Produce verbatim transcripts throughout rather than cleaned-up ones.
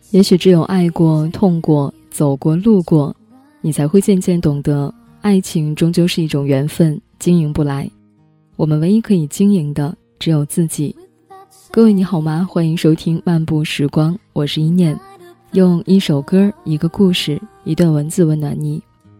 也许只有爱过、痛过、走过、路过，你才会渐渐懂得，爱情终究是一种缘分，经营不来。我们唯一可以经营的只有自己。各位你好吗？欢迎收听漫步时光，我是一念，用一首歌、一个故事、一段文字温暖你。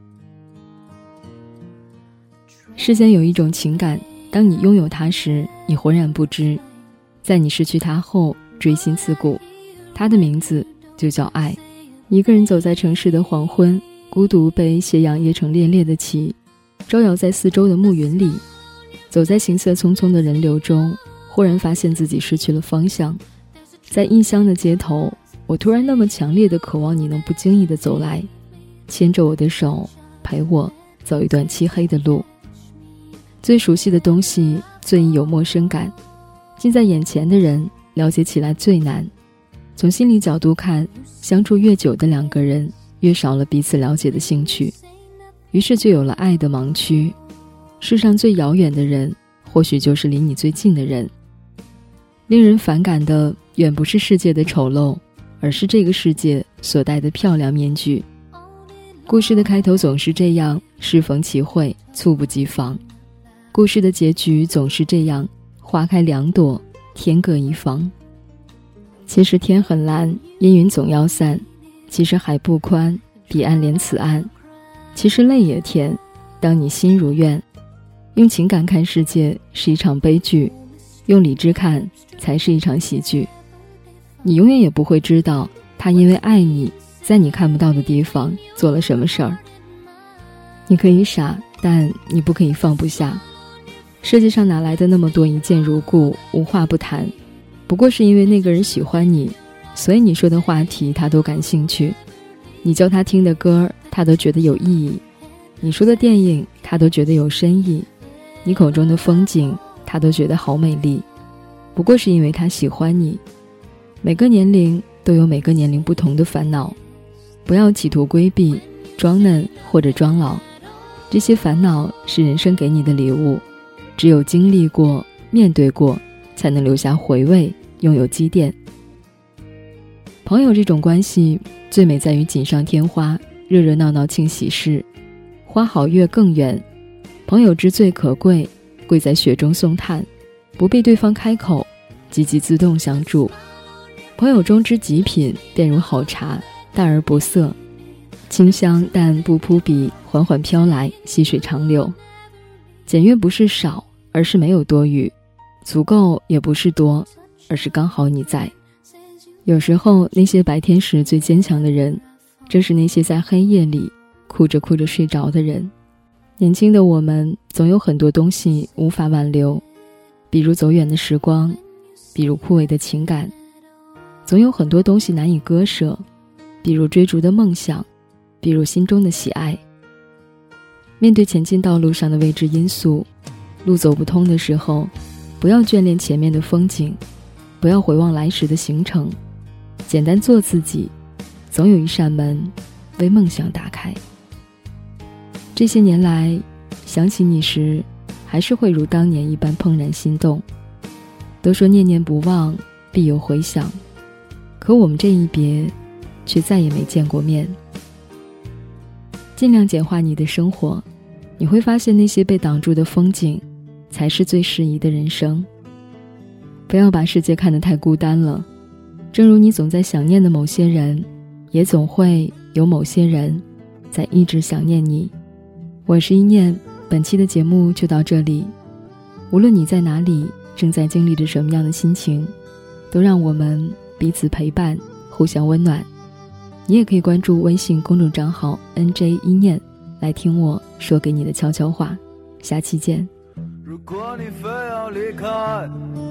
世间有一种情感，当你拥有它时，你浑然不知；在你失去它后，锥心刺骨。它的名字就叫爱。一个人走在城市的黄昏，孤独被斜阳掖成烈烈的旗，招摇在四周的暮云里，走在行色匆匆的人流中，忽然发现自己失去了方向。在异乡的街头，我突然那么强烈地渴望你能不经意地走来，牵着我的手，陪我走一段漆黑的路。最熟悉的东西最易有陌生感，近在眼前的人了解起来最难。从心理角度看，相处越久的两个人越少了彼此了解的兴趣，于是就有了爱的盲区。世上最遥远的人，或许就是离你最近的人。令人反感的远不是世界的丑陋，而是这个世界所戴的漂亮面具。故事的开头总是这样，适逢其会，猝不及防。故事的结局总是这样，花开两朵，天各一方。其实天很蓝，阴云总要散；其实海不宽，彼岸连此岸。其实泪也甜，当你心如愿。用情感看世界是一场悲剧，用理智看才是一场喜剧。你永远也不会知道，他因为爱你，在你看不到的地方做了什么事儿。你可以傻，但你不可以放不下。世界上哪来的那么多一见如故，无话不谈？不过是因为那个人喜欢你，所以你说的话题他都感兴趣，你教他听的歌他都觉得有意义，你说的电影他都觉得有深意，你口中的风景他都觉得好美丽。不过是因为他喜欢你。每个年龄都有每个年龄不同的烦恼，不要企图规避、装嫩或者装老，这些烦恼是人生给你的礼物，只有经历过、面对过，才能留下回味，拥有积淀。朋友这种关系最美在于锦上添花，热热闹闹庆喜事，花好月更圆。朋友之最可贵，贵在雪中送炭，不必对方开口，积极自动相助。朋友中之极品，便如好茶，淡而不涩，清香但不扑鼻，缓缓飘来，细水长流。简约不是少，而是没有多余；足够也不是多，而是刚好你在。有时候那些白天时最坚强的人，正是那些在黑夜里哭着哭着睡着的人。年轻的我们总有很多东西无法挽留，比如走远的时光，比如枯萎的情感。总有很多东西难以割舍，比如追逐的梦想，比如心中的喜爱。面对前进道路上的未知因素，路走不通的时候，不要眷恋前面的风景，不要回望来时的行程，简单做自己，总有一扇门为梦想打开。这些年来，想起你时，还是会如当年一般怦然心动。都说念念不忘，必有回响，可我们这一别，却再也没见过面。尽量简化你的生活，你会发现那些被挡住的风景，才是最适宜的人生。不要把世界看得太孤单了，正如你总在想念的某些人，也总会有某些人在一直想念你。我是一念，本期的节目就到这里。无论你在哪里，正在经历着什么样的心情，都让我们彼此陪伴，互相温暖。你也可以关注微信公众账号 N J 一念，来听我说给你的悄悄话。下期见。 如果你非要离开，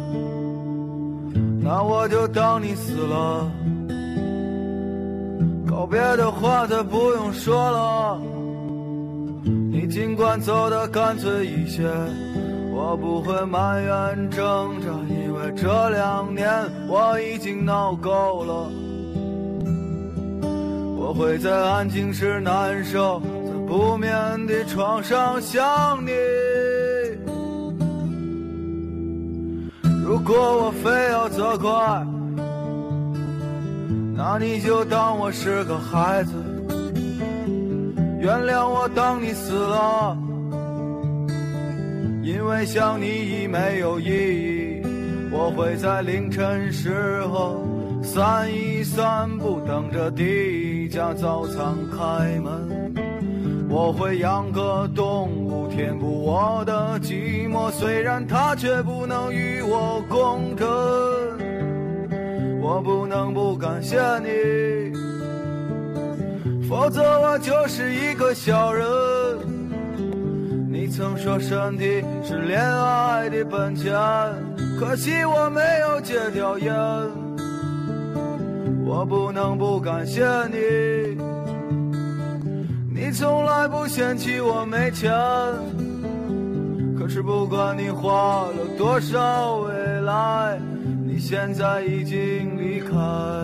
那我就当你死了，告别的话再不用说了，你尽管走得干脆一些，我不会埋怨挣扎，因为这两年我已经闹够了。我会在安静时难受，在不眠的床上想你。如果我非要责怪， 那你就当我是个孩子，原谅我当你死了，因为想你已没有意义。我会在凌晨时候散一散步，等着第一家早餐开门。我会养个动物填补我的寂寞，虽然它却不能与我共振。我不能不感谢你，否则我就是一个小人。你曾说身体是恋爱的本钱，可惜我没有戒掉烟。我不能不感谢你，你从来不嫌弃我没钱，可是不管你花了多少未来，你现在已经离开。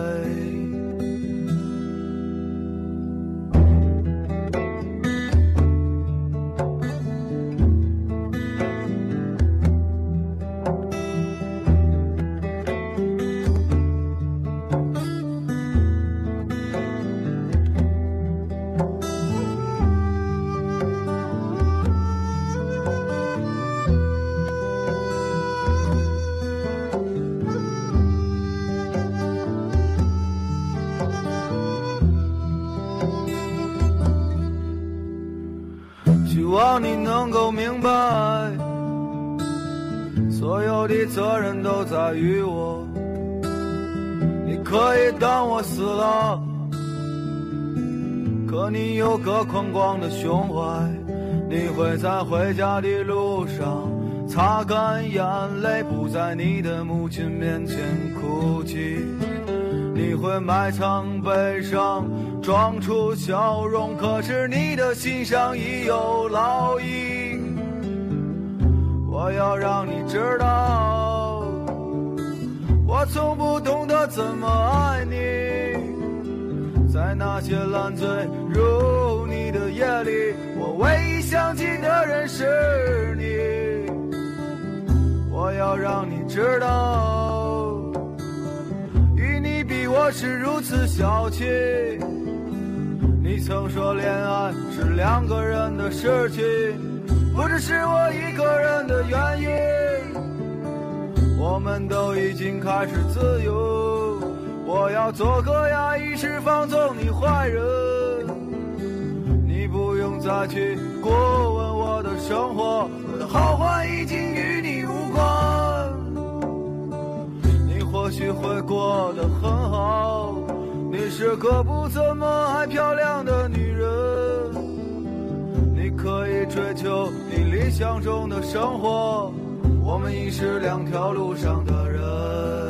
希望你能够明白，所有的责任都在于我。你可以当我死了，可你有个宽广的胸怀。你会在回家的路上擦干眼泪，不在你的母亲面前哭泣。你会埋藏悲伤，装出笑容，可是你的心上已有烙印。我要让你知道，我从不懂得怎么爱你。在那些烂醉如泥的夜里，我唯一想起的人是你。我要让你知道，与你比我是如此小气。你曾说恋爱是两个人的事情，不只是我一个人的原因。我们都已经开始自由，我要做个压抑释放纵你坏人。你不用再去过问我的生活，我的好坏已经与你无关。你或许会过得很好，你是个不怎么爱漂亮的女人，你可以追求你理想中的生活，我们已是两条路上的人。